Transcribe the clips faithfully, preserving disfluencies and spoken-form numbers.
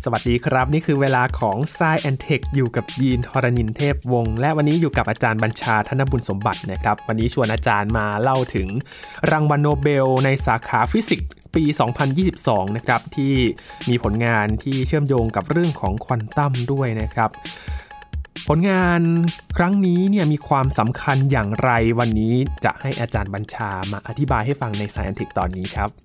สวัสดีครับนี่คือเวลาของ Science แอนด์ Tech อยู่กับยีน ธรณินทร์เทพวงศ์และวันนี้อยู่กับอาจารย์บัญชาธนบุญสมบัตินะครับวันนี้ชวนอาจารย์มาเล่าถึงรางวัลโนเบลในสาขาฟิสิกส์ปีสองพันยี่สิบสองนะครับที่มีผลงานที่เชื่อมโยงกับเรื่องของควอนตัมด้วยนะครับผลงานครั้งนี้เนี่ยมีความสำคัญอย่างไรวันนี้จะให้อาจารย์บัญชามาอธิบายให้ฟังใน Science แอนด์ Tech ตอนนี้ครับ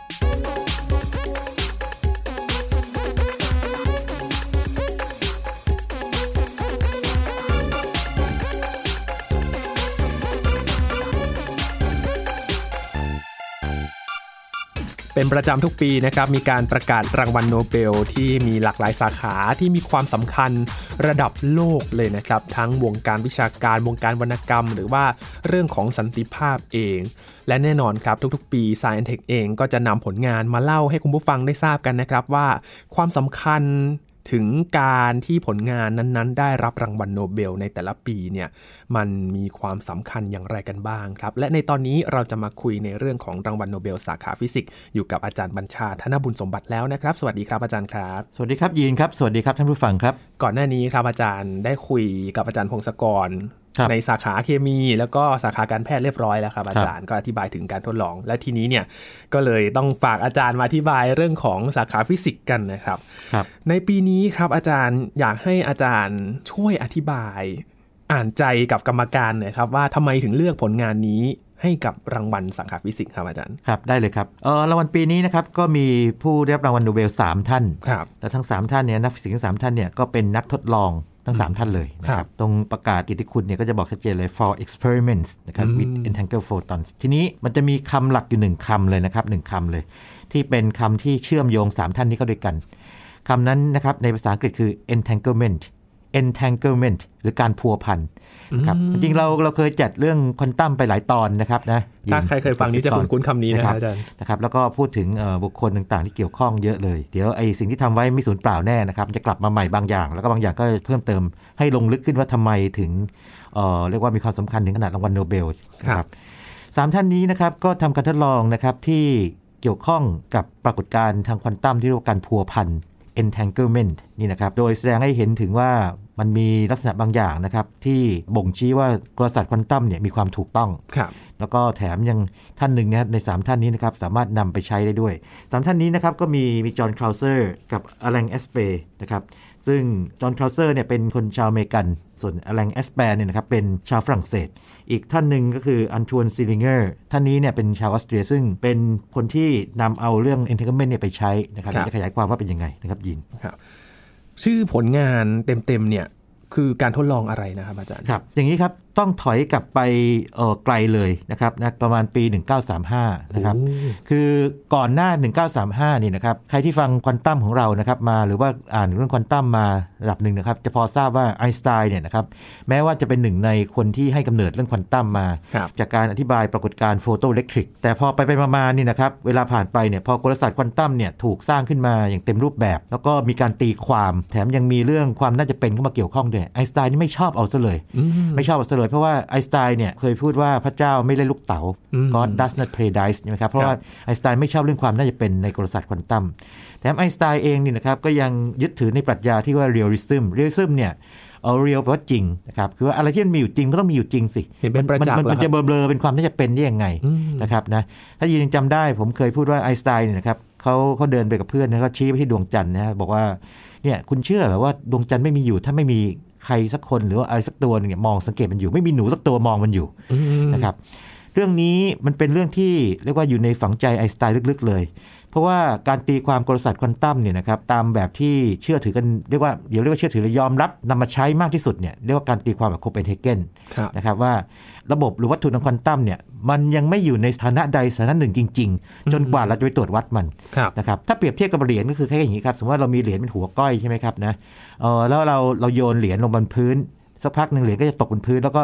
เป็นประจำทุกปีนะครับมีการประกาศรางวัลโนเบลที่มีหลากหลายสาขาที่มีความสำคัญระดับโลกเลยนะครับทั้งวงการวิชาการวงการวรรณกรรมหรือว่าเรื่องของสันติภาพเองและแน่นอนครับทุกๆปี Science แอนด์ Tech เองก็จะนำผลงานมาเล่าให้คุณผู้ฟังได้ทราบกันนะครับว่าความสำคัญถึงการที่ผลงานนั้นๆได้รับรางวัลโนเบลในแต่ละปีเนี่ยมันมีความสำคัญอย่างไรกันบ้างครับและในตอนนี้เราจะมาคุยในเรื่องของรางวัลโนเบลสาขาฟิสิกส์อยู่กับอาจารย์บัญชาธนบุญสมบัติแล้วนะครับสวัสดีครับอาจารย์ครับสวัสดีครับยีนครับสวัสดีครับท่านผู้ฟังครับก่อนหน้านี้ครับอาจารย์ได้คุยกับอาจารย์พงศกรในสาขาเคมีแล้วก็สาขาการแพทย์เรียบร้อยแล้วครับอาจารย์ก็อธิบายถึงการทดลองและทีนี้เนี่ยก็เลยต้องฝากอาจารย์มาอธิบายเรื่องของสาขาฟิสิกส์กันนะครับในปีนี้ครับอาจารย์อยากให้อาจารย์ช่วยอธิบายอ่านใจกับกรรมการหน่อยครับว่าทำไมถึงเลือกผลงานนี้ให้กับรางวัลสาขาฟิสิกส์ครับอาจารย์ครับได้เลยครับเออรางวัลปีนี้นะครับก็มีผู้ได้รับรางวัลโนเบลสามท่านและทั้งสามท่านเนี่ยนักฟิสิกส์ทั้งสามท่านเนี่ยก็เป็นนักทดลองทั้งสามท่านเลยนะครับตรงประกาศเกียรติคุณเนี่ยก็จะบอกชัดเจนเลย for experiments นะครับ with entangled photons ทีนี้มันจะมีคำหลักอยู่หนึ่งคำเลยนะครับหนึ่งคำเลยที่เป็นคำที่เชื่อมโยงสามท่านนี้เข้าด้วยกันคำนั้นนะครับในภาษาอังกฤษคือ entanglement entanglement หรือการพัวพันนะครับจริงๆเราเราเคยจัดเรื่องควอนตัมไปหลายตอนนะครับนะถ้าใครเคยฟังนี้จะคุ้นๆคำนี้นะครับอาจารย์นะครับแล้วก็พูดถึงบุคคลต่างๆที่เกี่ยวข้องเยอะเลยเดี๋ยวไอ้สิ่งที่ทำไว้ไม่สูญเปล่าแน่นะครับจะกลับมาใหม่บางอย่างแล้วก็บางอย่างก็เพิ่มเติมให้ลงลึกขึ้นว่าทำไมถึง เอ่อ เรียกว่ามีความสำคัญถึงขนาดรางวัลโนเบลนะครับสามท่านนี้นะครับก็ทำการทดลองนะครับที่เกี่ยวข้องกับปรากฏการณ์ทางควอนตัมที่เรียกว่าการพัวพันentanglement นี่นะครับโดยแสดงให้เห็นถึงว่ามันมีลักษณะบางอย่างนะครับที่บ่งชี้ว่ากลศาสตร์ควอนตัมเนี่ยมีความถูกต้องแล้วก็แถมยังท่านหนึ่งนะในสามท่านนี้นะครับสามารถนำไปใช้ได้ด้วยสามท่านนี้นะครับก็มีมีจอห์นคลาวเซอร์กับอแลงแอสเปย์นะครับซึ่งจอห์นคลาวเซอร์เนี่ยเป็นคนชาวอเมริกันส่วนอแลงแอสเปย์เนี่ยนะครับเป็นชาวฝรั่งเศสอีกท่านหนึ่งก็คืออันทวนซิลิงเกอร์ท่านนี้เนี่ยเป็นชาวออสเตรียซึ่งเป็นคนที่นำเอาเรื่อง entanglement เนี่ยไปใช้นะครับจะขยายความว่าเป็นยังไงนะครับยินชื่อผลงานเต็มๆเนี่ยคือการทดลองอะไรนะครับอาจารย์ครับอย่างนี้ครับต้องถอยกลับไปเอ่อไกลเลยนะครับนะประมาณปีหนึ่งพันเก้าร้อยสามสิบห้านะครับคือก่อนหน้าหนึ่งพันเก้าร้อยสามสิบห้านี่นะครับใครที่ฟังควอนตัมของเรานะครับมาหรือว่าอ่านเรื่องควอนตัมมาระดับหนึ่งนะครับจะพอทราบว่าไอน์สไตน์เนี่ยนะครับแม้ว่าจะเป็นหนึ่งในคนที่ให้กำเนิดเรื่องควอนตัมมาจากการอธิบายปรากฏการณ์โฟโตอิเล็กทริกแต่พอไปไปมาๆนี่นะครับเวลาผ่านไปเนี่ยพอกลศาสตร์ควอนตัมเนี่ยถูกสร้างขึ้นมาอย่างเต็มรูปแบบแล้วก็มีการตีความแถมยังมีเรื่องความน่าจะเป็นเข้ามาเกี่ยวข้องด้วยไอน์สไตน์นี่ไม่ชอบเอาซะเลยไม่ชอบเอาซะเลยเพราะว่าไอน์สไตน์เนี่ยเคยพูดว่าพระเจ้าไม่เล่นลูกเต๋า God does not play dice ใช่ไหมครับเพราะว่าไอน์สไตน์ไม่ชอบเรื่องความน่าจะเป็นในกลศาสตร์ควอนตัมแถมไอน์สไตน์เองนี่นะครับก็ยังยึดถือในปรัชญาที่ว่า realism realism เนี่ยเอา real แปลว่าจริงนะครับคือว่าอะไรที่มันมีอยู่จริงก็ต้องมีอยู่จริงสิเห็นเป็นประจักษ์มันจะเบลอๆเป็นความน่าจะเป็นได้ยังไงนะครับนะถ้ายินจำได้ผมเคยพูดว่าไอน์สไตน์เนี่ยนะครับเขาเขาเดินไปกับเพื่อนนะเขาชี้ไปที่ดวงจันทร์นะบอกว่าเนี่ยคุณเชื่อเหรอว่าดวงจันทร์ไม่มีอยู่ถ้าไม่มีใครสักคนหรือว่าอะไรสักตัวนึงเนี่ยมองสังเกตมันอยู่ไม่มีหนูสักตัวมองมันอยู่นะครับเรื่องนี้มันเป็นเรื่องที่เรียกว่าอยู่ในฝังใจไอน์สไตน์ลึกๆเลยเพราะว่าการตีความกลศาสตร์ควอนตัมเนี่ยนะครับตามแบบที่เชื่อถือกันเรียกว่าเดี๋ยวเรียกว่าเชื่อถือและยอมรับนำมาใช้มากที่สุดเนี่ยเรียกว่าการตีความแบบโคเปนเฮเกนนะครับว่าระบบหรือวัตถุทางควอนตัมเนี่ยมันยังไม่อยู่ในสถานะใดสถานะหนึ่งจริงๆจนกว่าเราจะไปตรวจวัดมันนะครับถ้าเปรียบเทียบกับเหรียญก็คือแค่อย่างนี้ครับสมมติว่าเรามีเหรียญเป็นหัวก้อยใช่ไหมครับนะเออแล้วเราเราโยนเหรียญลงบนพื้นสักพักนึงเหรียญก็จะตกบนพื้นแล้วก็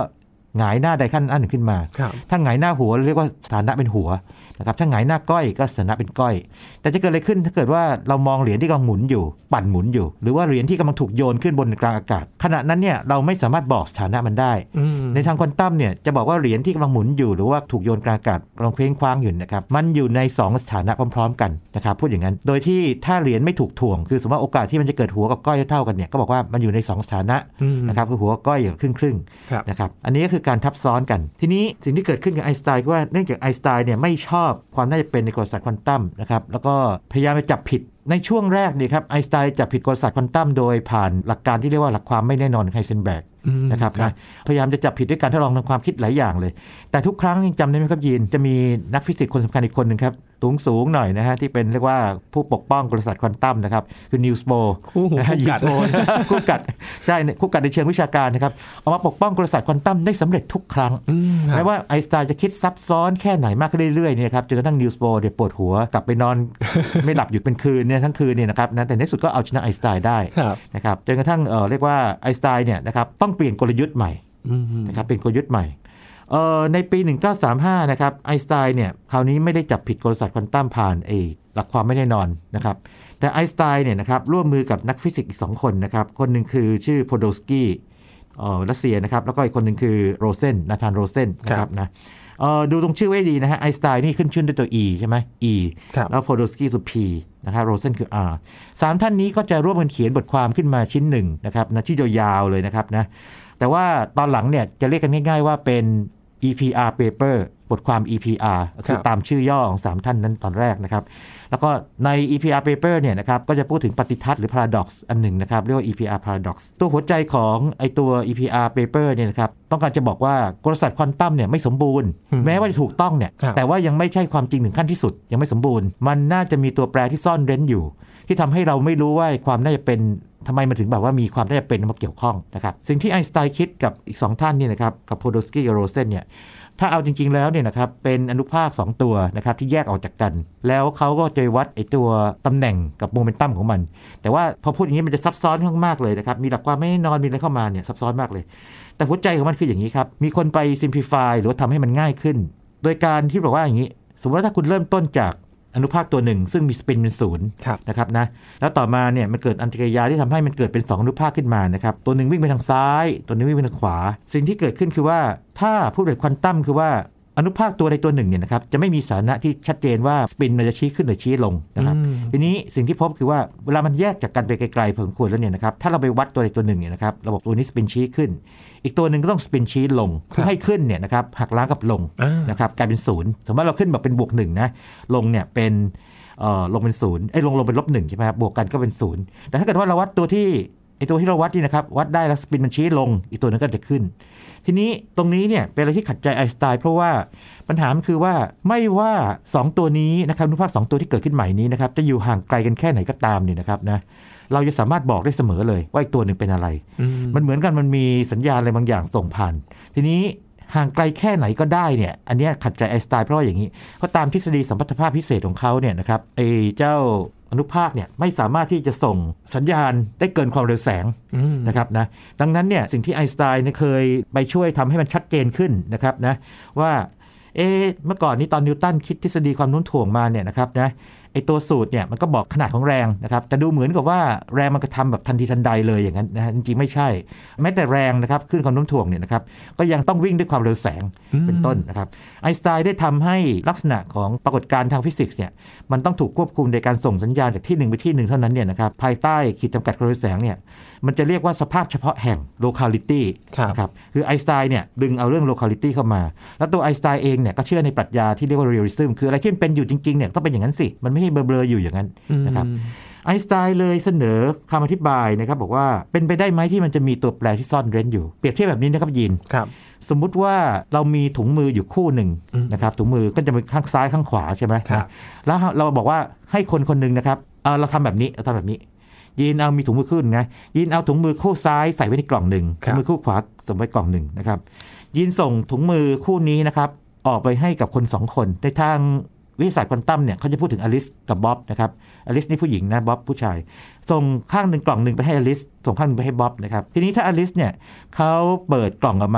หงายหน้าใดขั้นอันหนึ่งขึ้นมาถ้าหงายหน้าหัวเรียกว่าสถานะเป็นหัวนะครับถ้าหงายหน้าก้อยก็สถานะเป็นก้อยแต่จะเกิดอะไรขึ้นถ้าเกิดว่าเรามองเหรียญที่กำลังหมุนอยู่ปั่นหมุนอยู่หรือว่าเหรียญที่กำลังถูกโยนขึ้นบนกลางอากาศขณะนั้นเนี่ยเราไม่สามารถบอกสถานะมันได้ในทางควอนตัมเนี่ยจะบอกว่าเหรียญที่กำลังหมุนอยู่หรือว่าถูกโยนกลางอากาศกำลังเคว้งคว้างอยู่นะครับมันอยู่ในสองสถานะพร้อมๆกันนะครับพูดอย่างนั้นโดยที่ถ้าเหรียญไม่ถูกถ่วงคือสมมติว่าโอกาสที่มันจะเกิดหัวกับก้อยเท่ากันเนี่ยก็บอกว่ามันอยู่ในสองสถานะนะครับคือหัวก้อยอย่างครึ่งๆนะครับอันนี้ก็คือการทับซ้อนกันทีนี้สิ่งที่เกิดขึ้นกับไอน์สไตน์ก็ว่าเนื่องจากไอน์สไตน์เนี่ยไม่ชอบความน่าจะเป็นในกลศาสตร์ควอนตัมนะครับแล้วก็พยายามไปจับผิดในช่วงแรกนี่ครับไอน์สไตน์จับผิดกลศาสตร์ควอนตัมโดยผ่านหลักการที่เรียกว่าหลักความไม่แน่นอนของไฮเซนเบิร์กนะครับนะพยายามจะจับผิดด้วยการทดลองทางความคิดหลายอย่างเลยแต่ทุกครั้งยังจำได้ไหมครับยีนจะมีนักฟิสิกส์คนสำคัญอีกคนหนึ่งครับสูงสูงหน่อยนะฮะที่เป็นเรียกว่าผู้ปกป้องกลศาสตร์ควอนตัมนะครับคือนิลส์โบร์นะฮะยิลส์โบร์คู่กัดใช่คู่กัดในเชิงวิชาการนะครับออกมาปกป้องกลศาสตร์ควอนตัมได้สำเร็จทุกครั้งแม้ว่าไอน์สไตน์จะคิดซับซ้อนแค่ไหนมากขึ้นเรื่อยๆเนี่ยครับจนกระทั่งนิลส์โบร์เนี่ยปวดหัวกลับไปนอน ไม่หลับอยู่เป็นคืนเนี่ยทั้งคืนเนี่ยนะครับนะแต่ในสุดก็เอาชนะไอน์สไตน์ได้นะครับจนกระทั่งเอ่อเรียกว่าไอน์สไตน์เนี่ยนะครับต้องเปลี่ยนกลยุทธ์ใหม่นะครับเป็นกลยุทธ์ใหม่เอ่อในปีหนึ่งพันเก้าร้อยสามสิบห้านะครับไอน์สไตน์เนี่ยคราวนี้ไม่ได้จับผิดกลศาสตร์ควอนตัมผ่านเอหลักความไม่แน่นอนนะครับแต่ไอน์สไตน์เนี่ยนะครับร่วมมือกับนักฟิสิกส์อีกสองคนนะครับคนหนึ่งคือชื่อโพโดสกี้เอ่อรัสเซียนะครับแล้วก็อีกคนหนึ่งคือโรเซนนาธานโรเซนนะครับนะเอ่อดูตรงชื่อไว้ดีนะฮะไอน์สไตน์นี่ขึ้นชื่อด้วยตัว E ใช่ไหม E แล้วโพโดสกี้ตัว P นะครับโรเซนคือ R สามท่านนี้ก็จะร่วมกันเขียนบทความขึ้นมาชิ้นหนึ่งนะครับนะที่ยาวๆเลยนะครับนะแต่ว่าตอนหลังเนี่ยจะเรียกกันง่ายๆว่าเป็น อี พี อาร์ paper บทความ อี พี อาร์ คือตามชื่อย่อของสามท่านนั้นตอนแรกนะครับแล้วก็ใน อี พี อาร์ paper เนี่ยนะครับก็จะพูดถึงปฏิทัศน์หรือ paradox อันหนึ่งนะครับเรียกว่า อี พี อาร์ paradox ตัวหัวใจของไอตัว อี พี อาร์ paper เนี่ยนะครับต้องการจะบอกว่ากลศาสตร์ควอนตัมเนี่ยไม่สมบูรณ์แม้ว่าจะถูกต้องเนี่ยแต่ว่ายังไม่ใช่ความจริงถึงขั้นที่สุดยังไม่สมบูรณ์มันน่าจะมีตัวแปรที่ซ่อนเร้นอยู่ที่ทำให้เราไม่รู้ว่าความน่าจะเป็นทำไมมันถึงแบบว่ามีความน่าจะเป็นมาเกี่ยวข้องนะครับสิ่งที่ไอน์สไตน์คิดกับอีกสองท่านนี่นะครับกับโพโดสกี้กับโรเซนเนี่ยถ้าเอาจริงๆแล้วเนี่ยนะครับเป็นอนุภาคสองตัวนะครับที่แยกออกจากกันแล้วเขาก็จะวัดไอตัวตำแหน่งกับโมเมนตัมของมันแต่ว่าพอพูดอย่างนี้มันจะซับซ้อนมากๆเลยนะครับมีหลักความไม่แน่นอนมีอะไรเข้ามาเนี่ยซับซ้อนมากเลยแต่หัวใจของมันคืออย่างนี้ครับมีคนไป simplify หรือว่าทำให้มันง่ายขึ้นโดยการที่บอกว่าอย่างนี้สมมติว่าถ้าคุณเริ่มต้นจากอนุภาคตัวหนึ่งซึ่งมีสปินเป็นศูนย์นะครับนะแล้วต่อมาเนี่ยมันเกิดอันตรกิริยาที่ทำให้มันเกิดเป็นสองอนุภาคขึ้นมานะครับตัวหนึ่งวิ่งไปทางซ้ายตัวนึงวิ่งไปทางขวาสิ่งที่เกิดขึ้นคือว่าถ้าพูดแบบควอนตัมคือว่าอนุภาคตัวใดตัวหนึ่งเนี่ยนะครับจะไม่มีสถานะที่ชัดเจนว่าสปินมันจะชี้ขึ้นหรือชี้ลงนะครับทีนี้สิ่งที่พบคือว่าเวลามันแยกจากกันไปไกลๆพอสมควรแล้วเนี่ยนะครับถ้าเราไปวัดตัวใดตัวหนึ่งเนี่ยนะครับระบบตัวนี้สปินชี้ขึ้นอีกตัวหนึ่งก็ต้องสปินชี้ลงเพื่อให้ขึ้นเนี่ยนะครับหักล้างกับลงนะครับกลายเป็นศูนย์สมมติเราขึ้นแบบเป็นบวกหนึ่งนะลงเนี่ยเป็นเอ่อลงเป็นศูนย์ไอ้ลงลงเป็นลบหนึ่งใช่ไหมครับบวกกันก็เป็นศูนย์แต่ถ้าเกิดว่าเราวัดตัวที่ไอ้ตัวที่เราวัดนี่นะครับวัดได้แล้วสปินมันชี้ลงอีกตัวนึงก็จะขึ้นทีนี้ตรงนี้เนี่ยเป็นอะไรที่ขัดใจไอน์สไตน์เพราะว่าปัญหามันคือว่าไม่ว่าสองตัวนี้นะครับอนุภาคสองตัวที่เกิดขึ้นใหม่นี้นะครับจะอยู่ห่างไกลกันแค่ไหนก็ตามเนี่ยนะครับนะเราจะสามารถบอกได้เสมอเลยว่าอีกตัวหนึ่งเป็นอะไรมันเหมือนกันมันมีสัญญาณอะไรบางอย่างส่งผ่านทีนี้ห่างไกลแค่ไหนก็ได้เนี่ยอันนี้ขัดใจไอน์สไตน์เพราะว่าอย่างนี้เพราะตามทฤษฎีสัมพัทธภาพพิเศษของเขาเนี่ยนะครับไอ้เจ้าอนุภาคเนี่ยไม่สามารถที่จะส่งสัญญาณได้เกินความเร็วแสงนะครับนะดังนั้นเนี่ยสิ่งที่ไอน์สไตน์เคยไปช่วยทำให้มันชัดเจนขึ้นนะครับนะว่าเอ๊ะเมื่อก่อนนี้ตอนนิวตันคิดทฤษฎีความโน้มถ่วงมาเนี่ยนะครับนะไอตัวสูตรเนี่ยมันก็บอกขนาดของแรงนะครับแต่ดูเหมือนกับว่าแรงมันกระทำแบบทันทีทันใดเลยอย่างนั้นนะฮะจริงๆไม่ใช่แม้แต่แรงนะครับขึ้นความโน้มถ่วงเนี่ยนะครับก็ยังต้องวิ่งด้วยความเร็วแสงเป็นต้นนะครับไอน์สไตน์ได้ทำให้ลักษณะของปรากฏการณ์ทางฟิสิกส์เนี่ยมันต้องถูกควบคุมในการส่งสัญญาณจากที่หนึ่งไปที่หนึ่งเท่านั้นเนี่ยนะครับภายใต้ขีดจำกัดความเร็วแสงเนี่ยมันจะเรียกว่าสภาพเฉพาะแห่ง locality นะครับคือไอน์สไตน์เนี่ยดึงเอาเรื่อง locality เข้ามาแล้วตัวไอน์สไตน์เองเนี่ยก็เชื่อในปรัชญาที่เรียกว่า realism คืออะไรที่มันเป็นอยู่จริงๆเนี่ยต้องเป็นอย่างนั้นสิมันไม่ใช่เบลอๆอยู่อย่างนั้นนะครับไอน์สไตน์เลยเสนอคำอธิบายนะครับบอกว่าเป็นไปได้ไหมที่มันจะมีตัวแปรที่ซ่อนเร้นอยู่เปรียบเทียบแบบนี้นะครับยินสมมุติว่าเรามีถุงมืออยู่คู่หนึ่งนะครับถุงมือก็จะเป็นข้างซ้ายข้างขวาใช่ไหมแล้วเราบอกว่าให้คนคนหนึ่งนะครับเออเราทำแบบนี้เราทำแบบนี้ยินเอามีถุงมือคู่ไงยินเอาถุงมือคู่ซ้ายใส่ไว้ในกล่องหนึ่งถุงมือคู่ขวาใส่ไว้กล่องหนึ่งนะครับยินส่งถุงมือคู่นี้นะครับออกไปให้กับคนสองคนในทางวิทยาศาสตร์ควอนตัมเนี่ยเขาจะพูดถึงอลิสกับบ๊อบนะครับอลิสนี่ผู้หญิงนะบ๊อบผู้ชายส่งข้างหนึ่งกล่องหนึ่งไปให้อลิสส่งข้างหนึ่งไปให้บ๊อบนะครับทีนี้ถ้าอลิสเนี่ยเขาเปิดกล่องออกมา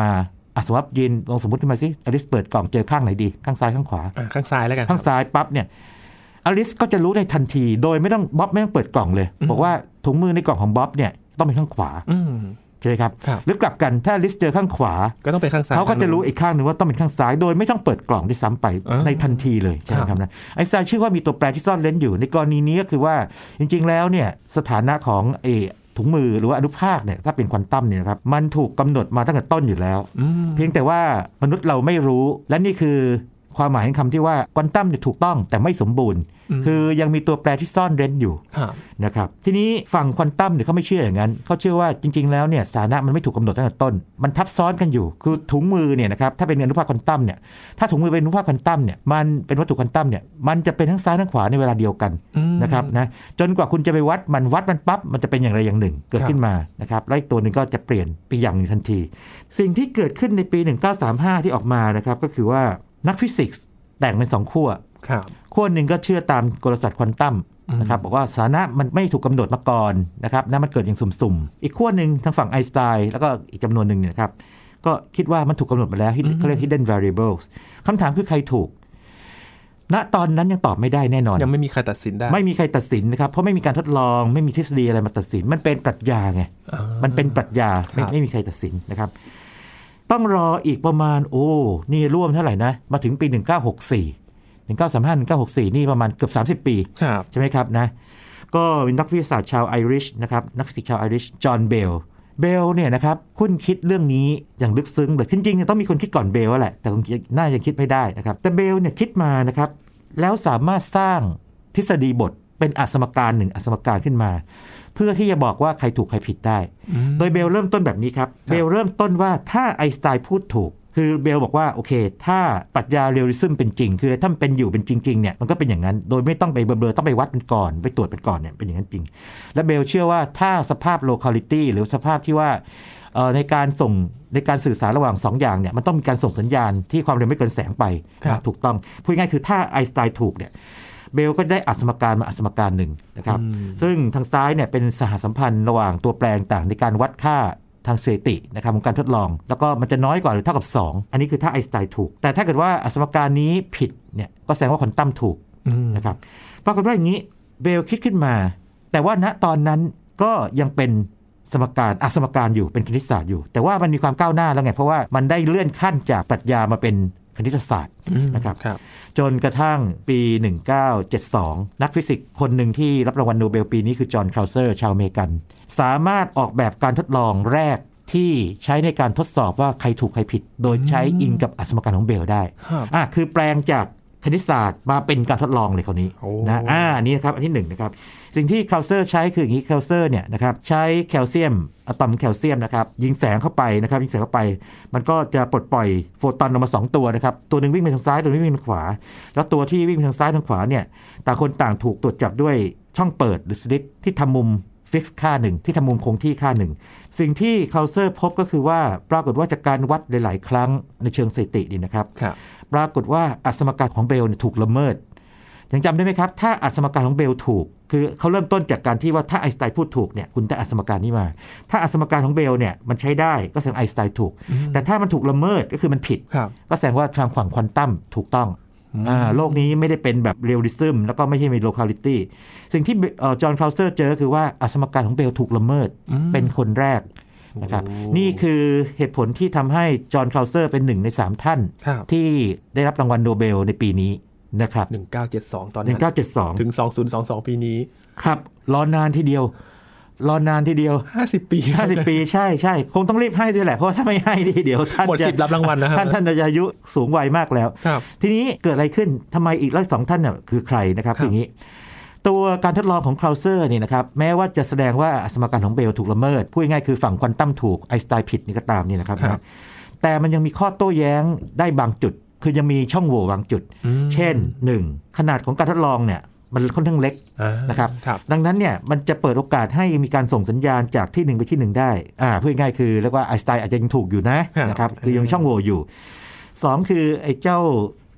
อ่ะสมมติยินลองสมมติขึ้นมาสิอลิสเปิดกล่องเจอข้างไหนดีข้างซ้ายข้างขวาข้างซ้ายแล้วกันข้างซ้ายปั๊บเนี่ยอลิสก็จะรู้ในทันทีโดยไม่ต้องบ๊อบไม่ต้องเปิดกล่องเลยบอกว่าถุงมือในกล่องของบ๊อบเนี่ยต้องเป็นข้างขวาใช่ไหมครับหรือกลับกันถ้าอลิสเจอข้างขวาก็ต้องเป็นข้างซ้ายเขาก็จะรู้อีกข้างหนึ่งว่าต้องเป็นข้างซ้ายโดยไม่ต้องเปิดกล่องด้วยซ้ำไปในทันทีเลยใช่ไหมครับนะไอน์สไตน์ชื่อว่ามีตัวแปรที่ซ่อนเร้นอยู่ในกรณีนี้ก็คือว่าจริงๆแล้วเนี่ยสถานะของเอถุงมือหรือว่าอนุภาคเนี่ยถ้าเป็นควอนตัมเนี่ยครับมันถูกกำหนดมาตั้งแต่ต้นอยู่แล้วเพียงแต่ว่ามนุษย์เราไม่รู้และนี่คือความหมายของคำที่ว่าควอนตัมเนี่ยถูกต้องแต่ไม่สมบูรณ์คือยังมีตัวแปรที่ซ่อนเร้นอยู่นะครับทีนี้ฝั่งควอนตัมเนี่ยเขาไม่เชื่ออย่างนั้นเขาเชื่อว่าจริงๆแล้วเนี่ยสถานะมันไม่ถูกกำหนดตั้งแต่ต้นมันทับซ้อนกันอยู่คือถุงมือเนี่ยนะครับถ้าเป็นอนุภาคควอนตัมเนี่ยถ้าถุงมือเป็นอนุภาคควอนตัมเนี่ยมันเป็นวัตถุควอนตัมเนี่ยมันจะเป็นทั้งซ้ายทั้งขวาในเวลาเดียวกันนะครับนะจนกว่าคุณจะไปวัดมันวัดมันปั๊บมันจะเป็นอย่างไรอย่างหนึ่งเกิดขึ้นมานะครับแล้วอีกตัวนึงก็จะเปลี่ยนไปอย่างนึงทันทีสิ่งที่เกิดขึ้นในปีหนึ่งพันเก้าร้อยสามสิบห้าที่ออกมานะครับก็คือว่านักฟิสิกส์แบ่งเป็นสองขั้วขั้วหนึ่งก็เชื่อตามกลศาสตร์ควอนตัมนะครับบอกว่าสถานะมันไม่ถูกกำหนดมาก่อนนะครับนั่นมันเกิดอย่างสุ่มๆอีกขั้วหนึ่งทางฝั่งไอน์สไตน์แล้วก็อีกจำนวนหนึ่งเนี่ยครับก็คิดว่ามันถูกกำหนดมาแล้วเขาเรียก hidden variables คำถามคือใครถูกณตอนนั้นยังตอบไม่ได้แน่นอนยังไม่มีใครตัดสินได้ไม่มีใครตัดสินนะครับเพราะไม่มีการทดลองไม่มีทฤษฎีอะไรมาตัดสินมันเป็นปรัชญาไงมันเป็นปรัชญาไม่ไม่มีใครตัดสินนะครับต้องรออีกประมาณโอ้นี่ร่วมเท่าไหร่นะมาถึงปีหนึ่งพันเก้าร้อยหกสิบสี่ หนึ่งพันเก้าร้อยสามสิบห้า หนึ่งพันเก้าร้อยหกสิบสี่นี่ประมาณเกือบสามสิบปีใช่ไหมครับนะก็เป็นนักวิทยาศาสตร์ชาวไอริชนะครับนักฟิสิกส์ชาวไอริชจอห์นเบลเบลเนี่ยนะครับคุณคิดเรื่องนี้อย่างลึกซึ้งเลยจริงๆต้องมีคนคิดก่อนเบลแหละแต่คงน่าจะคิดไม่ได้นะครับแต่เบลเนี่ยคิดมานะครับแล้วสามารถสร้างทฤษฎีบทเป็นอสมการหนึ่งอสมการขึ้นมาเพื่อที่จะบอกว่าใครถูกใครผิดได้โดยเบลเริ่มต้นแบบนี้ครับเบลเริ่มต้นว่าถ้าไอน์สไตน์พูดถูกคือเบลบอกว่าโอเคถ้าปรัชญาเรียลลิซึมเป็นจริงคือถ้ามันเป็นอยู่เป็นจริงๆเนี่ยมันก็เป็นอย่างนั้นโดยไม่ต้องไปเบลอๆต้องไปวัดมันก่อนไปตรวจมันก่อนเนี่ยเป็นอย่างนั้นจริงและเบลเชื่อว่าถ้าสภาพ locality หรือสภาพที่ว่าในการส่งในการสื่อสารระหว่างสองอย่างเนี่ยมันต้องมีการส่งสัญญาณที่ความเร็วไม่เกินแสงไปนะถูกต้องพูดง่ายคือถ้าไอน์สไตน์ถูกเนี่ยเบลก็ได้อัสมการมาอัสมการหนึ่งนะครับซึ่งทางซ้ายเนี่ยเป็นสหสัมพันธ์ระหว่างตัวแปรต่างในการวัดค่าทางสถิตินะครับของการทดลองแล้วก็มันจะน้อยกว่าหรือเท่ากับสองอันนี้คือถ้าไอน์สไตน์ถูกแต่ถ้าเกิดว่าอัสมการนี้ผิดเนี่ยก็แสดงว่าควอนตัมถูกนะครับปรากฏว่าอย่างนี้เบลคิดขึ้นมาแต่ว่าณตอนนั้นก็ยังเป็นสมการอัสมการอยู่เป็นคณิตศาสตร์อยู่แต่ว่ามันมีความก้าวหน้าแล้วไงเพราะว่ามันได้เลื่อนขั้นจากปรัชญามาเป็นคณิตศาสตร์นะครับจนกระทั่งปีหนึ่งพันเก้าร้อยเจ็ดสิบสองนักฟิสิกส์คนหนึ่งที่รับรางวัลโนเบลปีนี้คือจอห์นคราวเซอร์ชาวอเมริกันสามารถออกแบบการทดลองแรกที่ใช้ในการทดสอบว่าใครถูกใครผิดโดยใช้อิงกับอัสมการของเบลได้อ่าคือแปลงจากคณิตศาสตร์มาเป็นการทดลองเลยคราวนี้นะอ่านี่นะครับอันที่หนึ่งนะครับสิ่งที่คราวเซอร์ใช้คืออย่างนี้คราวเซอร์เนี่ยนะครับใช้แคลเซียมอะตอมแคลเซียมนะครับยิงแสงเข้าไปนะครับยิงแสงเข้าไปมันก็จะปลดปล่อยโฟตอนออกมาสองตัวนะครับตัวนึงวิ่งไปทางซ้ายตัวนึงวิ่งไปทางขวาแล้วตัวที่วิ่งไปทางซ้ายทางขวาเนี่ยต่างคนต่างถูกตรวจจับด้วยช่องเปิดหรือสลิตที่ทำมุมฟิกซ์ค่าหนึ่งที่ทำมุมคงที่ค่าหนึ่งสิ่งที่คราวเซอร์พบก็คือว่าปรากฏว่าจากการวัดหลายๆครั้งในเชิงสถิตินี่นะครับปรากฏว่าอัสมการของเบลถูกละเมิดยังจำได้ไหมครับถ้าอัสมการของเบลถูกคือเขาเริ่มต้นจากการที่ว่าถ้าไอน์สไตน์พูดถูกเนี่ยคุณได้อัสมการนี้มาถ้าอัสมการของเบลเนี่ยมันใช้ได้ก็แสดงไอน์สไตน์ถูกแต่ถ้ามันถูกละเมิดก็คือมันผิดก็แสดงว่าทางฝั่งควอนตัมถูกต้องอ่าโลกนี้ไม่ได้เป็นแบบเรียลลิซึมแล้วก็ไม่ใช่มีโลคาลิตี้สิ่งที่จอห์นคราวเซอร์เจอคือว่าอัสมการของเบลถูกละเมิดเป็นคนแรกนะครับนี่คือเหตุผลที่ทำให้จอห์นคราวเซอร์เป็นหนึ่งในสามท่านที่ได้รับรางวัลโนเบลในปีนี้นะครับหนึ่งพันเก้าร้อยเจ็ดสิบสองตอนนั้นหนึ่งพันเก้าร้อยเจ็ดสิบสองถึงสองพันยี่สิบสองปีนี้ครับรอนานทีเดียวรอนานทีเดียวห้าสิบปีห้าสิบปีใช่ๆคงต้องรีบให้ด้วยแหละเพราะถ้าไม่ให้ดีเดี๋ยวท่านหมดสิทธิ์รับรางวัลนะครับท่านท่านจะอายุสูงวัยมากแล้วทีนี้เกิดอะไรขึ้นทำไมอีกสองท่านเนี่ยคือใครนะครับคืออย่างนี้ตัวการทดลองของคราวเซอร์นี่นะครับแม้ว่าจะแสดงว่าสมการของเบลถูกละเมิดพูดง่ายๆคือฝั่งควอนตัมถูกไอน์สไตน์ผิดนี่ก็ตามนี่นะครับนะแต่มันยังมีข้อโต้แย้งได้บางจุดคือยังมีช่องโหว่บางจุดเช่นหนึ่งขนาดของการทดลองเนี่ยมันค่อนข้างเล็กนะครับดังนั้นเนี่ยมันจะเปิดโอกาสให้มีการส่งสัญญาณจากที่หนึ่งไปที่หนึ่งได้อ่าพูดง่ายๆคือเรียกว่าไอน์สไตน์อาจจะยังถูกอยู่นะนะครับคือยังช่องโหว่อยู่สองคือไอ้เจ้า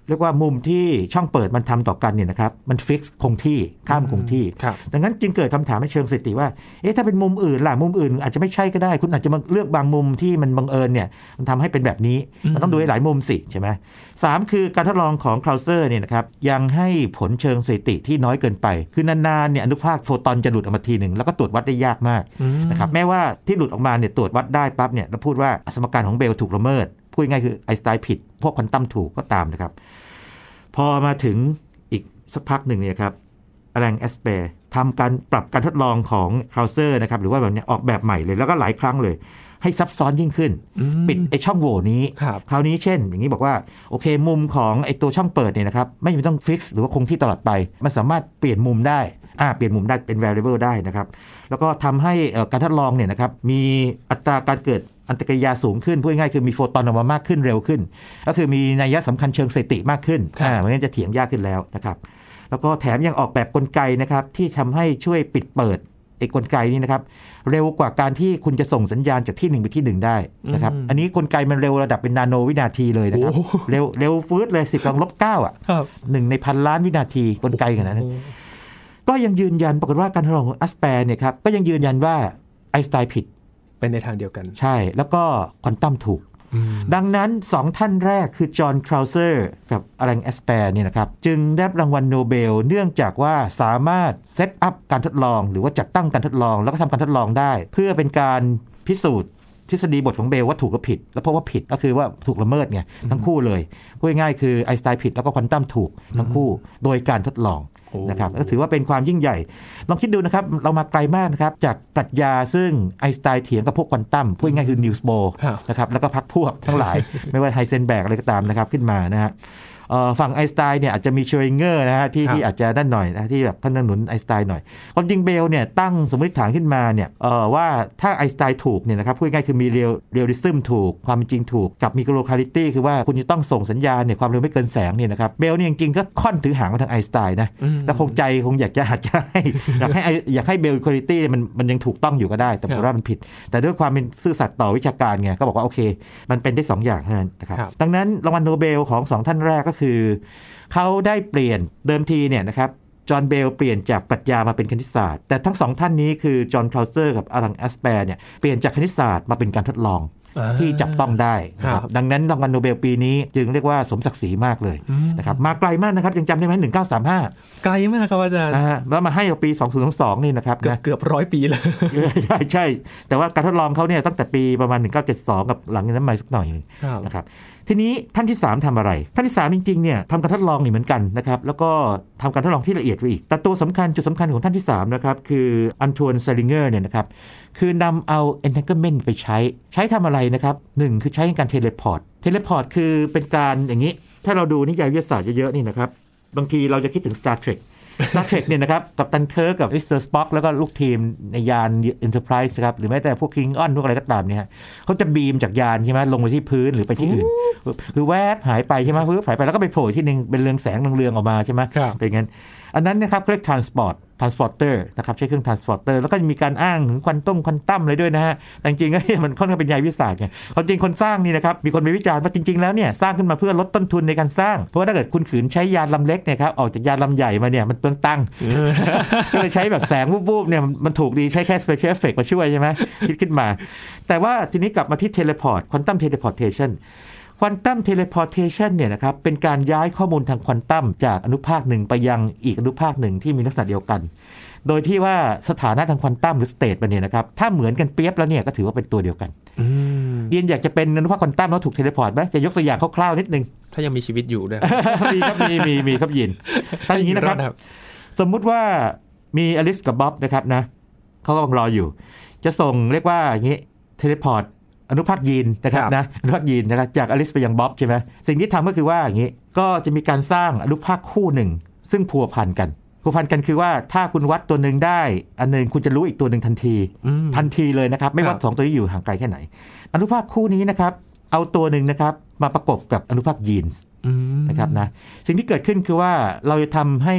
เรียกว่ามุมที่ช่องเปิดมันทำต่อกันเนี่ยนะครับมันฟิกซ์คงที่ข้ามคงที่ดังนั้นจึงเกิดคำถามในเชิงสถิติว่าเอ๊ะถ้าเป็นมุมอื่นล่ะมุมอื่นอาจจะไม่ใช่ก็ได้คุณอาจจะมาเลือกบางมุมที่มันบังเอิญเนี่ยมันทำให้เป็นแบบนี้มันต้องดูหลายมุมสิใช่ไหมสามคือการทดลองของคลาวเซอร์เนี่ยนะครับยังให้ผลเชิงสถิติที่น้อยเกินไปคือนานๆเนี่ยอนุภาคโฟตอนจะหลุดออกมาทีหนึ่งแล้วก็ตรวจวัดได้ยากมากนะครับแม้ว่าที่หลุดออกมาเนี่ยตรวจวัดได้ปั๊บเนี่ยเราพูดว่าสมการของเบลถูกละเมิดพูดง่ายคือไอน์สไตน์ผิดพวกควอนตัมถูกก็ตามนะครับพอมาถึงอีกสักพักหนึ่งเนี่ยครับอลังแอสเปร์ทำการปรับการทดลองของคลาวเซอร์นะครับหรือว่าแบบนี้ออกแบบใหม่เลยแล้วก็หลายครั้งเลยให้ซับซ้อนยิ่งขึ้นปิดไอช่องโหว่นี้คราวนี้เช่นอย่างนี้บอกว่าโอเคมุมของไอตัวช่องเปิดเนี่ยนะครับไม่ต้องฟิกซ์หรือว่าคงที่ตลอดไปมันสามารถเปลี่ยนมุมได้อ่าเปลี่ยนมุมได้เป็น variable ได้นะครับแล้วก็ทำให้การทดลองเนี่ยนะครับมีอัตราการเกิดอันตรกิริยาสูงขึ้นพูดง่ายๆคือมีโฟตอนออกมามากขึ้นเร็วขึ้นก็คือมีนัยสำคัญเชิงสถิติมากขึ้นอ่าเพราะงั้นจะเถียงยากขึ้นแล้วนะครับแล้วก็แถมยังออกแบบกลไกนะครับที่ทำให้ช่วยปิดเปิดไอ้กลไกนี้นะครับเร็วกว่าการที่คุณจะส่งสัญญาณจากที่หนึ่งไปที่หนึ่งได้นะครับอันนี้กลไกมันเร็วระดับเป็นนาโนวินาทีเลยนะครับเร็วเร็วฟืดเลยสิบกำลังลบเก้าอ่ะหนึ่งในพันล้านวินาทีกลไกขนาดนั้นก็ยังยืนยันปรากฏว่าการทดลองของอัสแปร์เนี่ยครับก็ยังยืนยันว่าไอน์สไตน์ผิดเป็นในทางเดียวกันใช่แล้วก็ควอนตัมถูกดังนั้นสองท่านแรกคือจอห์นคลาวเซอร์กับอลังแอสแปร์เนี่ยนะครับจึงได้รางวัลโนเบลเนื่องจากว่าสามารถเซตอัพการทดลองหรือว่าจัดตั้งการทดลองแล้วก็ทำการทดลองได้เพื่อเป็นการพิสูจน์ทฤษฎีบทของเบลว่าถูกหรือผิดแล้วเพราะว่าผิดก็คือว่าถูกละเมิดไงทั้งคู่เลยพูดง่ายๆคือไอน์สไตน์ผิดแล้วก็ควอนตัมถูกทั้งคู่โดยการทดลองนะครับก็ถือว่าเป็นความยิ่งใหญ่ลองคิดดูนะครับเรามาไกลมากนะครับจากปรัชญาซึ่งไอน์สไตน์เถียงกับพวกควอนตัมพูดง่ายคือนิวส์โบนะครับแล้วก็พรรคพวกทั้งหลาย ไม่ว่าไฮเซนเบิร์กอะไรก็ตามนะครับขึ้นมานะฮะฝั่งไอน์สไตน์เนี่ยอาจจะมีเชอริงเกอร์นะฮะที่ที่อาจจะด้านหน่อยนะที่แบบท่านหนุนไอน์สไตน์หน่อยความจริงเบลเนี่ยตั้งสมมติฐานขึ้นมาเนี่ยว่าถ้าไอน์สไตน์ถูกเนี่ยนะครับพูดง่ายคือมีเรียลเรียลลิซึมถูกความจริงถูกกับมีโลคาลิตี้คือว่าคุณจะต้องส่งสัญญาณเนี่ยความเร็วไม่เกินแสงเนี่ยนะครับเบลเนี่ยจริงๆก็ค่อนถือหางมาทางไอน์สไตน์นะแล้วคงใจคงอยากจะอยากจะให้อยากให้อยากให้เบลคาลิตี้มันมันยังถูกต้องอยู่ก็ได้แต่ผมว่ามันผิดแต่ด้วยความเป็นซื่อสัตย์ต่อวิชาการไงก็บอกว่าโอเคมันเป็นได้สองอย่างเท่านั้นนะครับดังนั้นรางวัลโนเบลของสองท่านแรกก็คือเขาได้เปลี่ยนเดิมทีเนี่ยนะครับจอห์นเบลเปลี่ยนจากปรัชญามาเป็นคณิตศาสตร์แต่ทั้งสองท่านนี้คือจอห์นคลาวเซอร์กับอลังแอสแปร์เนี่ยเปลี่ยนจากคณิตศาสตร์มาเป็นการทดลองที่จับต้องได้นะครับดังนั้นรางวัลโนเบลปีนี้จึงเรียกว่าสมศักดิ์ศรีมากเลยนะครับมาไกลมากนะครับยังจำได้ไหมหนึ่งพันเก้าร้อยสามสิบห้าไกลมากครับอาจารย์แล้วมาให้ปีสองพันยี่สิบสองนี่นะครับเกือบร้อยปีเลยใช่ใช่แต่ว่าการทดลองเขาเนี่ยตั้งแต่ปีประมาณหนึ่งพันเก้าร้อยเจ็ดสิบสองกับหลังนั้นมาสักหน่อยนะครับทีนี้ท่านที่สามทำอะไรท่านที่สามจริงๆเนี่ยทำการทดลองนี่เหมือนกันนะครับแล้วก็ทำการทดลองที่ละเอียดไปอีกแต่ตัวสำคัญจุดสำคัญของท่านที่สามนะครับคืออันทวนเซลิงเกอร์เนี่ยนะครับคือนำเอา entanglement ไปใช้ใช้ทำอะไรนะครับหนึ่งคือใช้ในการเทเลพอร์ตเทเลพอร์ตคือเป็นการอย่างนี้ถ้าเราดูนิยายวิทยาศาสตร์เยอะๆนี่นะครับบางทีเราจะคิดถึง Star Trek Star Trek เนี่ยนะครับกับตันเคิร์กกับมิสเตอร์สป็อกแล้วก็ลูกทีมในยาน Enterprise ครับหรือแม้แต่พวก Klingon พวกอะไรก็ตามเนี่ยเขาจะบีมจากยานใช่ไหมลงไปที่พื้นหรือไปที่อื่นคือแวบหายไปใช่ไหมพื้นหายไปแล้วก็ไปโผล่ที่นึงเป็นเรืองแสงเรืองๆออกมาใช่ไหมเป็นงั้นอันนั้นนะครับเรียก transport transporter นะครับใช้เครื่อง transporter แล้วก็มีการอ้างถึงควอนตัมควอนตัมเลยด้วยนะฮะแต่จริงๆก็มันค่อนข้างเป็นยาวิทยาศาสตร์ไงความจริงคนสร้างนี่นะครับมีคนไปวิจารณ์ว่าจริงๆแล้วเนี่ยสร้างขึ้นมาเพื่อลดต้นทุนในการสร้างเพราะว่าถ้าเกิดคุณขืนใช้ยานลำเล็กเนี่ยครับออกจากยานลำใหญ่มาเนี่ยมันเปลืองตังค์ก็เลยใช้แบบแสงวูบๆเนี่ยมันถูกดีใช้แค่ special effect มาช่วยใช่ไหมคิดขึ้นมาแต่ว่าทีนี้กลับมาที่ teleport quantum teleportationควอนตัมเทเลพอร์เทชันเนี่ยนะครับเป็นการย้ายข้อมูลทางควอนตัมจากอนุภาคหนึ่งไปยังอีกอนุภาคหนึ่งที่มีลักษณะเดียวกันโดยที่ว่าสถานะทางควอนตัมหรือสเตทมันเนี่ยนะครับถ้าเหมือนกันเปียบแล้วเนี่ยก็ถือว่าเป็นตัวเดียวกันเรียนอยากจะเป็นอนุภาคควอนตัมแล้วถูกเทเลพอร์ตไหมจะยกตัวอย่างคร่าวๆนิดนึงถ้ายังมีชีวิตอยู่ด้วยมีครับมีมีมีครับยินถ้าอย่างนี้นะครับสมมุติว่ามีอลิสกับบ๊อบนะครับนะเขากำลังรออยู่จะส่งเรียกว่าอย่างนี้เทเลพอร์ตอนุภาคยีนนะครับนะอนุภาคยีนนะครับจากอลิสไปยังบ๊อบใช่ไหมสิ่งที่ทำก็คือว่าอย่างนี้ก็จะมีการสร้างอนุภาคคู่หนึ่งซึ่งพัวพันกันพัวพันกันคือว่าถ้าคุณวัดตัวหนึ่งได้อันนึงคุณจะรู้อีกตัวหนึ่งทันทีทันทีเลยนะครับไม่ว่าสองตัวนี้อยู่ห่างไกลแค่ไหนอนุภาคคู่นี้นะครับเอาตัวหนึ่งนะครับมาประกบกับอนุภาคยีนนะครับนะสิ่งที่เกิดขึ้นคือว่าเราจะทำให้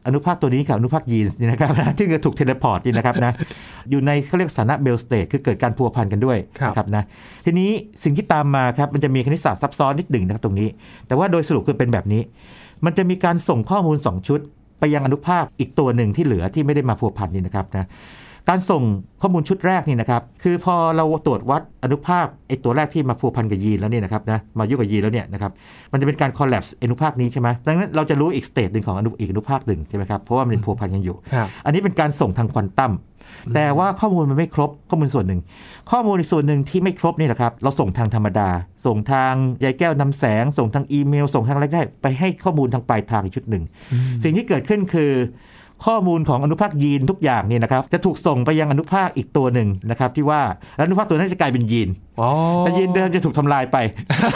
อนุภาคตัวนี้กับอนุภาคยีนส์นี่นะครับที่จะถูกเทเลพอร์ตนี่นะครับนะอยู่ในเขาเรียกสถานะเบลสเตทคือเกิดการพัวพันกันด้วยนะครับนะทีนี้สิ่งที่ตามมาครับมันจะมีคณิตศาสตร์ซับซ้อนนิดหนึ่งนะครับตรงนี้แต่ว่าโดยสรุปคือเป็นแบบนี้มันจะมีการส่งข้อมูลสองชุดไปยังอนุภาคอีกตัวหนึ่งที่เหลือที่ไม่ได้มาพัวพันนี่นะครับนะการส่งข้อมูลชุดแรกนี่นะครับคือพอเราตรวจวัดอนุภาคไอ้ตัวแรกที่มาพัวพันกับยีนแล้วเนี่ยนะครับนะมายุ่งกับยีนแล้วเนี่ยนะครับมันจะเป็นการคอลแลปส์อนุภาคนี้ใช่ไหมดังนั้นเราจะรู้อีกสเตจหนึ่งของอนุอีกอนุภาคหนึ่งใช่ไหมครับเพราะว่ามันเป็นพัวพันกันอยู่อันนี้เป็นการส่งทางควอนตัมแต่ว่าข้อมูลมันไม่ครบข้อมูลส่วนหนึ่งข้อมูลในส่วนหนึ่งที่ไม่ครบนี่แหละครับเราส่งทางธรรมดาส่งทางใยแก้วนำแสงส่งทางอีเมลส่งทางอะไรได้ไปให้ข้อมูลทางปลายทางอีกชุดหนึ่งสิ่งที่เกิดขึ้นคือข้อมูลของอนุภาคยีนทุกอย่างเนี่ยนะครับจะถูกส่งไปยังอนุภาคอีกตัวหนึ่งนะครับที่ว่าแล้วอนุภาคตัวนั้นจะกลายเป็นยีนแต่ยีนเดิมจะถูกทำลายไป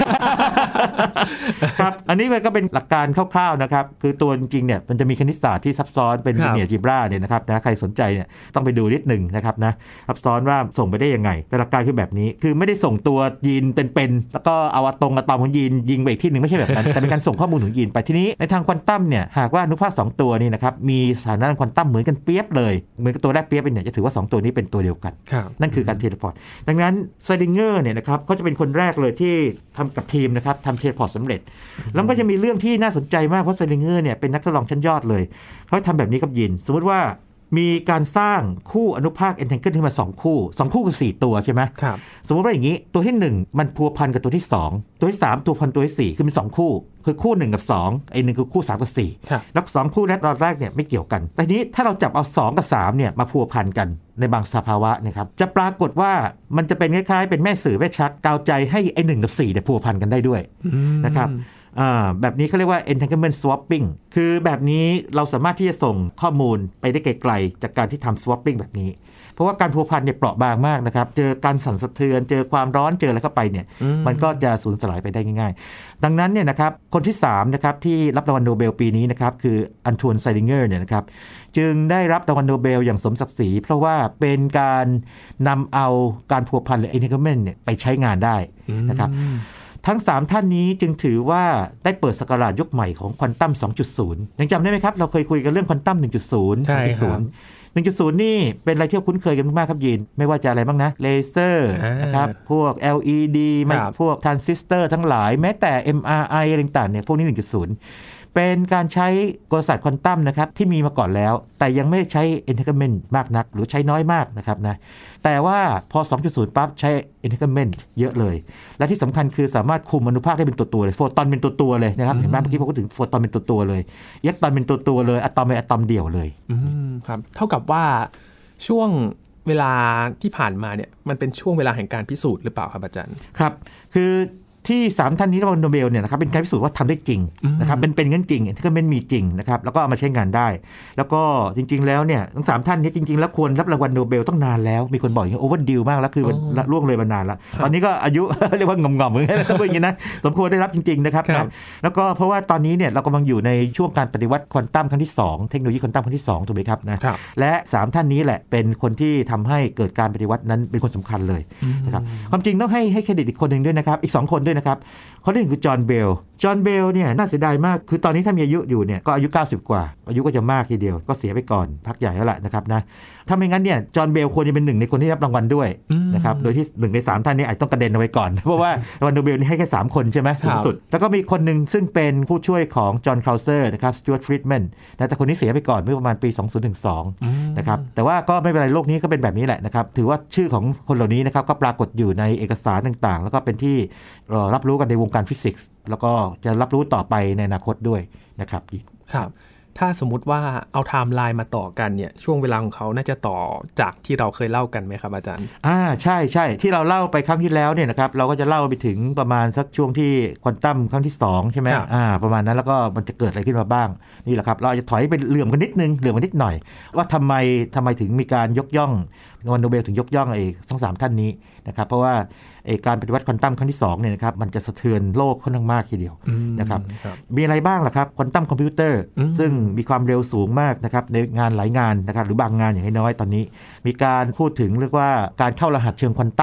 ครับอันนี้มันก็เป็นหลักการคร่าวๆนะครับคือตัวจริงๆเนี่ยมันจะมีคณิตศาสตร์ที่ซับซ้อนเป็นลิเนียร์จีบราเนี่ยนะครับนะใครสนใจเนี่ยต้องไปดูนิดหนึ่งนะครับนะซับซ้อนว่าส่งไปได้ยังไงแต่หลักการคือแบบนี้คือไม่ได้ส่งตัวยีนเป็นๆแล้วก็เอาอะตงอะตอมของยีนยิงไปอีกที่นึงไม่ใช่แบบนั้นแต่เป็นการส่งข้อมูลของยีนไปทีนี้ในทางควอนตัมเนี่ยหากว่าอนุภาคสองตัวนี่นะครับมีสถานะควอนตัมเหมือนกันเปียบเลยเหมือนกับตัวแรกเปียบเป็นเนี่ยจะถือว่าสองตัวนี้เป็นตัวเดียวกันนั่นคือการเทเลพอร์ตดังนั้นไซดิงเกอร์เนี่ยนะครับเขาจะเป็นคนแรกเลยที่ทำกับทีมนะครับทำเทเลพอร์ตสำเร็จแล้วก็จะมีเรื่องที่น่าสนใจมากเพราะไซดิงเกอร์เนี่ยเป็นนักทดลองชั้นยอดเลยเขาทำแบบนี้กับยีนสมมติว่ามีการสร้างคู่อนุภาค entangle ขึ้นมาสองคู่สองคู่คือสี่ตัวใช่ไหมครับสมมติว่าอย่างนี้ตัวที่หนึ่งมันพัวพันกับตัวที่สองตัวที่สามตัวพันตัวที่สี่คือมีสองคู่คือคู่หนึ่งกับสองไอ้หนึ่งคือคู่สามกับสี่แล้วสองคู่แรกตอนแรกเนี่ยไม่เกี่ยวกันแต่ทีนี้ถ้าเราจับเอาสองกับสามเนี่ยมาพัวพันกันในบางสภาวะนะครับจะปรากฏว่ามันจะเป็นคล้ายๆเป็นแม่สื่อแม่ชักกาวใจให้ไอ้หนึ่งกับสี่เนี่ยพัวพันกันได้ด้วยนะครับแบบนี้เขาเรียกว่า entanglement swapping คือแบบนี้เราสามารถที่จะส่งข้อมูลไปได้ไกลๆจากการที่ทำ swapping แบบนี้เพราะว่าการพัวพันเนี่ยเปราะบางมากนะครับเจอการสั่นสะเทือนเจอความร้อนเจออะไรเข้าไปเนี่ย ม, มันก็จะสูญสลายไปได้ง่ายๆดังนั้นเนี่ยนะครับคนที่สามนะครับที่รับรางวัลโนเบลปีนี้นะครับคืออันทวนไซดิงเกอร์เนี่ยนะครับจึงได้รับรางวัลโนเบลอย่างสมศักดิ์ศรีเพราะว่าเป็นการนำเอาการพัวพันหรือ entanglement เนี่ยไปใช้งานได้นะครับทั้งสามท่านนี้จึงถือว่าได้เปิดศักราชยุคใหม่ของควอนตัม สองจุดศูนย์ ยังจำได้ไหมครับเราเคยคุยกันเรื่องควอนตัม หนึ่งจุดศูนย์ใช่ครับหนึ่งจุดศูนย์ นี่เป็นอะไรที่คุ้นเคยกันมากครับยีนไม่ว่าจะอะไรบ้างนะเลเซอร์นะครับพวก แอล อี ดี ไม่พวกทรานซิสเตอร์ทั้งหลายแม้แต่ เอ็ม อาร์ ไอ อะไรต่างๆเนี่ยพวกนี้ หนึ่งจุดศูนย์ เป็นการใช้กลศาสตร์ควอนตัมนะครับที่มีมาก่อนแล้วแต่ยังไม่ใช้ entanglement มากนักหรือใช้น้อยมากนะครับนะแต่ว่าพอ สองจุดศูนย์ ปั๊บใช้ entanglement เยอะเลยและที่สำคัญคือสามารถคุมอนุภาคได้เป็นตัวๆเลยโฟตอนเป็นตัวๆเลยนะครับเห็นไหมเมื่อกี้ผมพูดถึงโฟตอนเป็นตัวๆเลยอิเล็กตรอนเป็นตัวๆเลยอะตอมเป็นอะตอมเดี่ยวเลยครับเท่ากับว่าช่วงเวลาที่ผ่านมาเนี่ยมันเป็นช่วงเวลาแห่งการพิสูจน์หรือเปล่าครับอาจารย์ครับคือที่สามท่านนี้รางวัลโนเบลเนี่ยนะครับเป็นการพิสูจน์ว่าทำได้จริงนะครับเป็นเป็นงั้นจริงที่ก็เป็นมีจริงนะครับแล้วก็เอามาใช้งานได้แล้วก็จริงๆแล้วเนี่ยทั้งสามท่านนี้จริงๆแล้วควรรับรางวัลโนเบลต้องนานแล้วมีคนบอกอย่างโอเวอร์ดิวมากแล้วคือล่วงเลยมานานแล้วตอนนี้ก็อายุ เรียกว่างอมๆเหมือนกันต้องพูดอย่างนี้นะสมควรได้รับจริงๆนะครับแล้วก็เพราะว่าตอนนี้เนี่ยเรากำลังอยู่ในช่วงการปฏิวัติควอนตัมครั้งที่สองเทคโนโลยีควอนตัมครั้งที่สองถูกไหมครับนะและสามท่านนี้แหละเป็นคนที่ทำให้เกิดการปฏิวัตินั้นเป็นคนสำคัญเลยนะครับความจริงต้องให้ให้เครดิตอีกคนหนึ่งด้วยนะครับอีกสองคนด้วยนะครับคนที่หนึ่งคือจอห์นเบลจอห์นเบลเนี่ยน่าเสียดายมากคือตอนนี้ถ้ามีอายุอยู่เนี่ยก็อายุเก้าสิบกว่าอายุก็จะมากทีเดียวก็เสียไปก่อนพักใหญ่แล้วล่ะนะครับนะถ้าไม่งั้นเนี่ยจอห์นเบลควรจะเป็นหนึ่งในคนที่รับรางวัลด้วยนะครับโดยที่หนึ่งในสามท่านนี้อาจต้องกระเด็นเอาไว้ก่อนเพราะว่ารางวัลโนเบลนี่ให้แค่สามคนใช่ไหมสูงสุดแล้วก็มีคนหนึ่งซึ่งเป็นผู้ช่วยของจอห์นคลาวเซอร์นะครับสจ๊วตต์ฟรีดแมนแต่คนนี้เสียไปก่อนเมื่อประมาณปีสองพันสิบสองนะครับแต่ว่าก็ไม่เป็นไรโลกนี้ก็เป็นแบบนี้แหละนะครับถือว่าชื่อของคนเหล่านี้นะครับก็ปรากฏอยู่ในเอกสารต่างๆแล้วก็เป็นที่รับรู้กันในวงการฟิสิกส์แล้วก็จะรับรู้ต่อไปในอนาคตด้วยนะครับครับถ้าสมมุติว่าเอาไทม์ไลน์มาต่อกันเนี่ยช่วงเวลาของเขาน่าจะต่อจากที่เราเคยเล่ากันไหมครับอาจารย์อ่าใช่ใช่ที่เราเล่าไปครั้งที่แล้วเนี่ยนะครับเราก็จะเล่าไปถึงประมาณสักช่วงที่ควอนตัมครั้งที่สองใช่ไหมอ่าประมาณนั้นแล้วก็มันจะเกิดอะไรขึ้นมาบ้างนี่แหละครับเราจะถอยไปเหลื่อมกันนิดนึงเหลื่อมกันนิดหน่อยว่าทำไมทำไมถึงมีการยกย่องรางวัลโนเบลถึงยกย่องไอ้ทั้งสามท่านนี้นะครับเพราะว่าไอ้การปฏิวัติควอนตัมครั้งที่สองเนี่ยนะครับมันจะสะเทือนโลกค่อนข้างมากทีเดียวนะครับมีอะไรบ้างล่ะครับควอนตัมคอมพิวเตอร์ซึ่งมีความเร็วสูงมากนะครับในงานหลายงานนะครับหรือบางงานอย่างน้อยตอนนี้มีการพูดถึงเรียกว่าการเข้ารหัสเชิงควอนตัม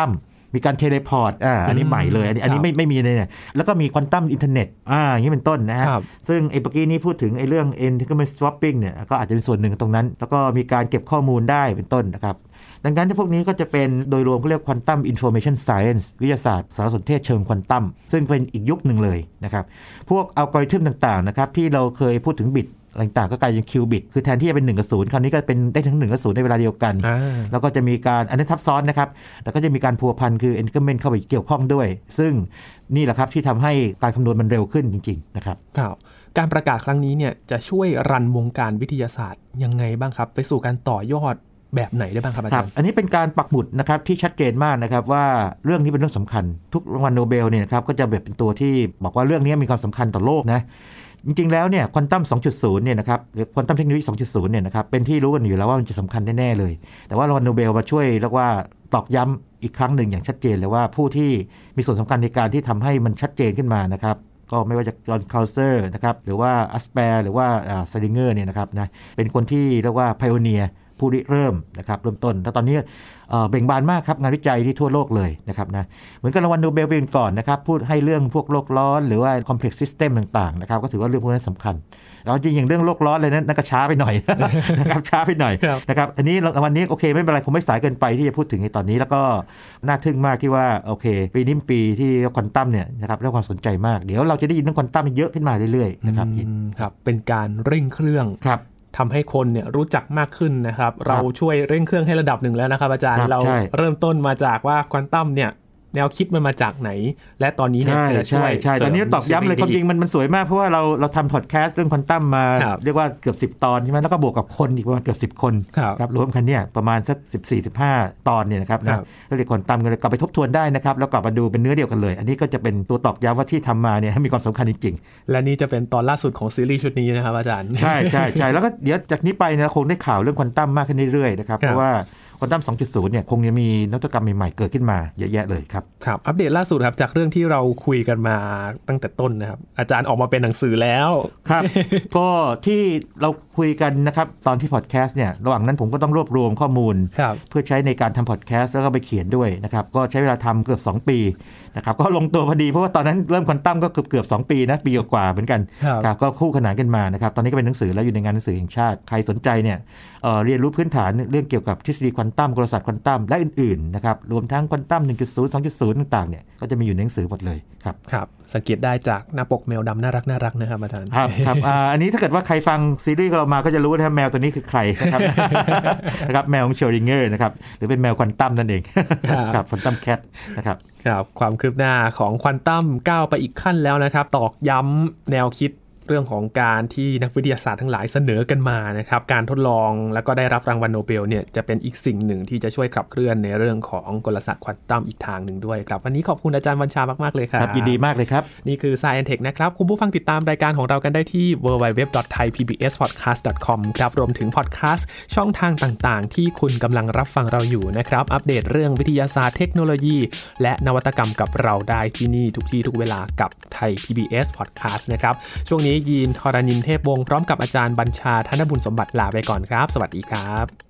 มีการเทเลพอร์ตอ่าอันนี้ใหม่เลยอันนี้อันนี้ไม่ไม่มีเลยเนี่ยแล้วก็มีควอนตัมอินเทอร์เน็ตอ่าอย่างนี้เป็นต้นนะฮะซึ่งไอ้เมื่อกี้นี้พูดถึงไอ้เรื่อง entanglement swapping เนี่ยก็อาจจะเป็นส่วนหนึ่งตรงนั้นแล้วก็มีการเก็บข้อมูลได้เป็นต้นนะครับดังนั้นพวกนี้ก็จะเป็นโดยรวมเขาเรียกควอนตัมอินโฟเมชันไซเอนซ์วิทยาศาสตร์สารสนเทศเชิงควอนตัมซึ่งเป็นอีกยุคหนึ่งเลยนะครับพวกอัลกอริทึมต่างๆนะครับที่เราเคยพูดถึงบิตต่างๆก็กลายเป็นคิวบิตคือแทนที่จะเป็นหนึ่งกับศูนย์คราวนี้ก็เป็นได้ถึงหนึ่งกับศูนย์ในเวลาเดียวกันแล้วก็จะมีการอันนี้ทับซ้อนนะครับแต่ก็จะมีการพัวพันคือ entanglement เข้าไปเกี่ยวข้องด้วยซึ่งนี่แหละครับที่ทำให้การคำนวณมันเร็วขึ้นจริงๆนะครับครับการประกาศครั้งนี้เนี่ยจะช่วยรันวงการวิทยาศาสตร์ยังไงบ้างครับไปสู่การต่อยอดแบบไหนได้บ้างครับอาจารย์อันนี้เป็นการปักหมุดนะครับที่ชัดเจนมากนะครับว่าเรื่องนี้เป็นเรื่องสำคัญทุกรางวัลโนเบลเนี่ยนะครับก็จะแบบเป็นตัวที่บอกว่าเรื่องนี้มีความสำคัญต่อโลกนะจริงๆแล้วเนี่ยควอนตัม สองจุดศูนย์ เนี่ยนะครับหรือควอนตัมเทคโนโลยี สองจุดศูนย์ เนี่ยนะครับเป็นที่รู้กันอยู่แล้วว่ามันจะสำคัญแน่ๆเลยแต่ว่ารางวัลโนเบลมาช่วยเรียกว่าตอกย้ำอีกครั้งหนึ่งอย่างชัดเจนเลยว่าผู้ที่มีส่วนสำคัญในการที่ทำให้มันชัดเจนขึ้นมานะครับก็ไม่ว่าจะจอห์นคลาวเซอร์นะครับหรือว่าอัสแปร์หรือว่าซาลิงเกอร์เนี่ยนะครับนะเป็นคนที่เรียกว่าไพโอเนียร์ผู้ริเริ่มนะครับเริ่มต้นแล้วตอนนี้เบ่งบานมากครับงานวิจัยที่ทั่วโลกเลยนะครับนะเหมือนกับรางวัลโนเบลปีก่อนนะครับพูดให้เรื่องพวกโลกร้อนหรือว่า complex system ต่างๆนะครับก็ถือว่าเรื่องพวกนั้นสำคัญแล้วจริงอย่างเรื่องโลกร้อนเลยนั้นก็ช้าไปหน่อย นะครับช้าไปหน่อยนะครับอันนี้วันนี้โอเคไม่เป็นไรคงไม่สายเกินไปที่จะพูดถึงในตอนนี้แล้วก็น่าทึ่งมากที่ว่าโอเคปีนี้ปีที่ควอนตัมเนี่ยนะครับได้ความสนใจมากเดี๋ยวเราจะได้ยินเรื่องควอนตัมเยอะขึ้นมาเรื่อยๆนะครับครับเป็นการเร่งเครื่องครับทำให้คนเนี่ยรู้จักมากขึ้นนะครับเราช่วยเร่งเครื่องให้ระดับหนึ่งแล้วนะครับอาจารย์เราเริ่มต้นมาจากว่าควอนตัมเนี่ยแนวคิดมันมาจากไหนและตอนนี้เนี่ยจะช่วยใช่ตอนนี้ตอกย้ำเลยความจริงมันมันสวยมากเพราะว่าเราเราทำพอดแคสต์เรื่องควอนตัมมาเรียกว่าเกือบสิบตอนใช่ไหมแล้วก็บวกกับคนอีกประมาณเกือบสิบคนครับรวมกันเนี่ยประมาณสักสิบสี่ สิบห้าตอนเนี่ยนะครับนะก็เรียกควอนตัมกันเลยกลับไปทบทวนได้นะครับแล้วกลับมาดูเป็นเนื้อเดียวกันเลยอันนี้ก็จะเป็นตัวตอกย้ำว่าที่ทำมาเนี่ยมีความสำคัญจริงๆและนี่จะเป็นตอนล่าสุดของซีรีส์ชุดนี้นะครับอาจารย์ใช่ใช่ใช่แล้วก็เดี๋ยวจากนี้ไปนะคงได้ข่าวเรื่องควอนตัมมากขึ้นเรื่อยๆนะครับเพราะว่าควอนตัม สองจุดศูนย์ เนี่ยคงจะมีนวัตกรรมใหม่ๆเกิดขึ้นมาเยอะแยะเลยครับครับอัปเดตล่าสุดครับจากเรื่องที่เราคุยกันมาตั้งแต่ต้นนะครับอาจารย์ออกมาเป็นหนังสือแล้วครับ ก็ที่เราคุยกันนะครับตอนที่พอดแคสต์เนี่ยระหว่างนั้นผมก็ต้องรวบรวมข้อมูลเพื่อใช้ในการทำพอดแคสต์แล้วก็ไปเขียนด้วยนะครับก็ใช้เวลาทำเกือบสองปีนะครับก็ลงตัวพอดีเพราะว่าตอนนั้นเริ่มควอนตัมก็เกือบเกือบสองปีนะปีกว่าเหมือนกันครับก็คู่ขนานกันมานะครับตอนนี้ก็เป็นหนังสือแล้วอยู่ในงานหนังสือแห่งชาติใครสนใจเนี่ยเอ่อเรียนรู้พื้นฐานเรื่องเกี่ยวกับทฤษฎีควอนตัมกลศาสตร์ควอนตัมและอื่นๆนะครับรวมทั้งควอนตัม หนึ่งจุดศูนย์ สองจุดศูนย์ ต่างๆเนี่ยก็จะมีอยู่ในหนังสือหมดเลยครับครับสังเกตได้จากหน้าปกแมวดำน่ารักน่ารักนะครับอาจารย์ครับครับอ่าอันนี้ถ้าเกิดว่าใครฟังซีรีส์ของเรามาก็จะรู้นะครับแมวตัวนี้คือใครนะครับ นะครับแมวของเชอริงเกอร์นะครับหรือเป็นแมวควอนตัมนั่นเองครับควอนตัมแคทนะครับครับความคืบหน้าของควอนตัมก้าวไปอีกขั้นแล้วนะครับตอกย้ำแนวคิดเรื่องของการที่นักวิทยาศาสตร์ทั้งหลายเสนอกันมานะครับการทดลองแล้วก็ได้รับรางวัลโนเบลเนี่ยจะเป็นอีกสิ่งหนึ่งที่จะช่วยขับเคลื่อนในเรื่องของกลศาสตร์ควอนตัมอีกทางหนึ่งด้วยครับวันนี้ขอบคุณอาจารย์บัญชามากๆเลยครับยินดีมากเลยครับนี่คือ Science Tech นะครับคุณผู้ฟังติดตามรายการของเรากันได้ที่ ดับเบิลยู ดับเบิลยู ดับเบิลยู ดอท ไทย พี บี เอส พอดแคสต์ ดอท คอม ครับรวมถึงพอดแคสต์ช่องทางต่างๆที่คุณกำลังรับฟังเราอยู่นะครับอัปเดตเรื่องวิทยาศาสตร์เทคโนโลยีและนวัตกรรมกับเราได้ที่นี่ทุกที่ทุกเวลากับไทย พี บี เอส Podcast นะครับช่วงนี้ยีนทรณินเทพวงศ์พร้อมกับอาจารย์บัญชาธนบุญสมบัติลาไปก่อนครับสวัสดีครับ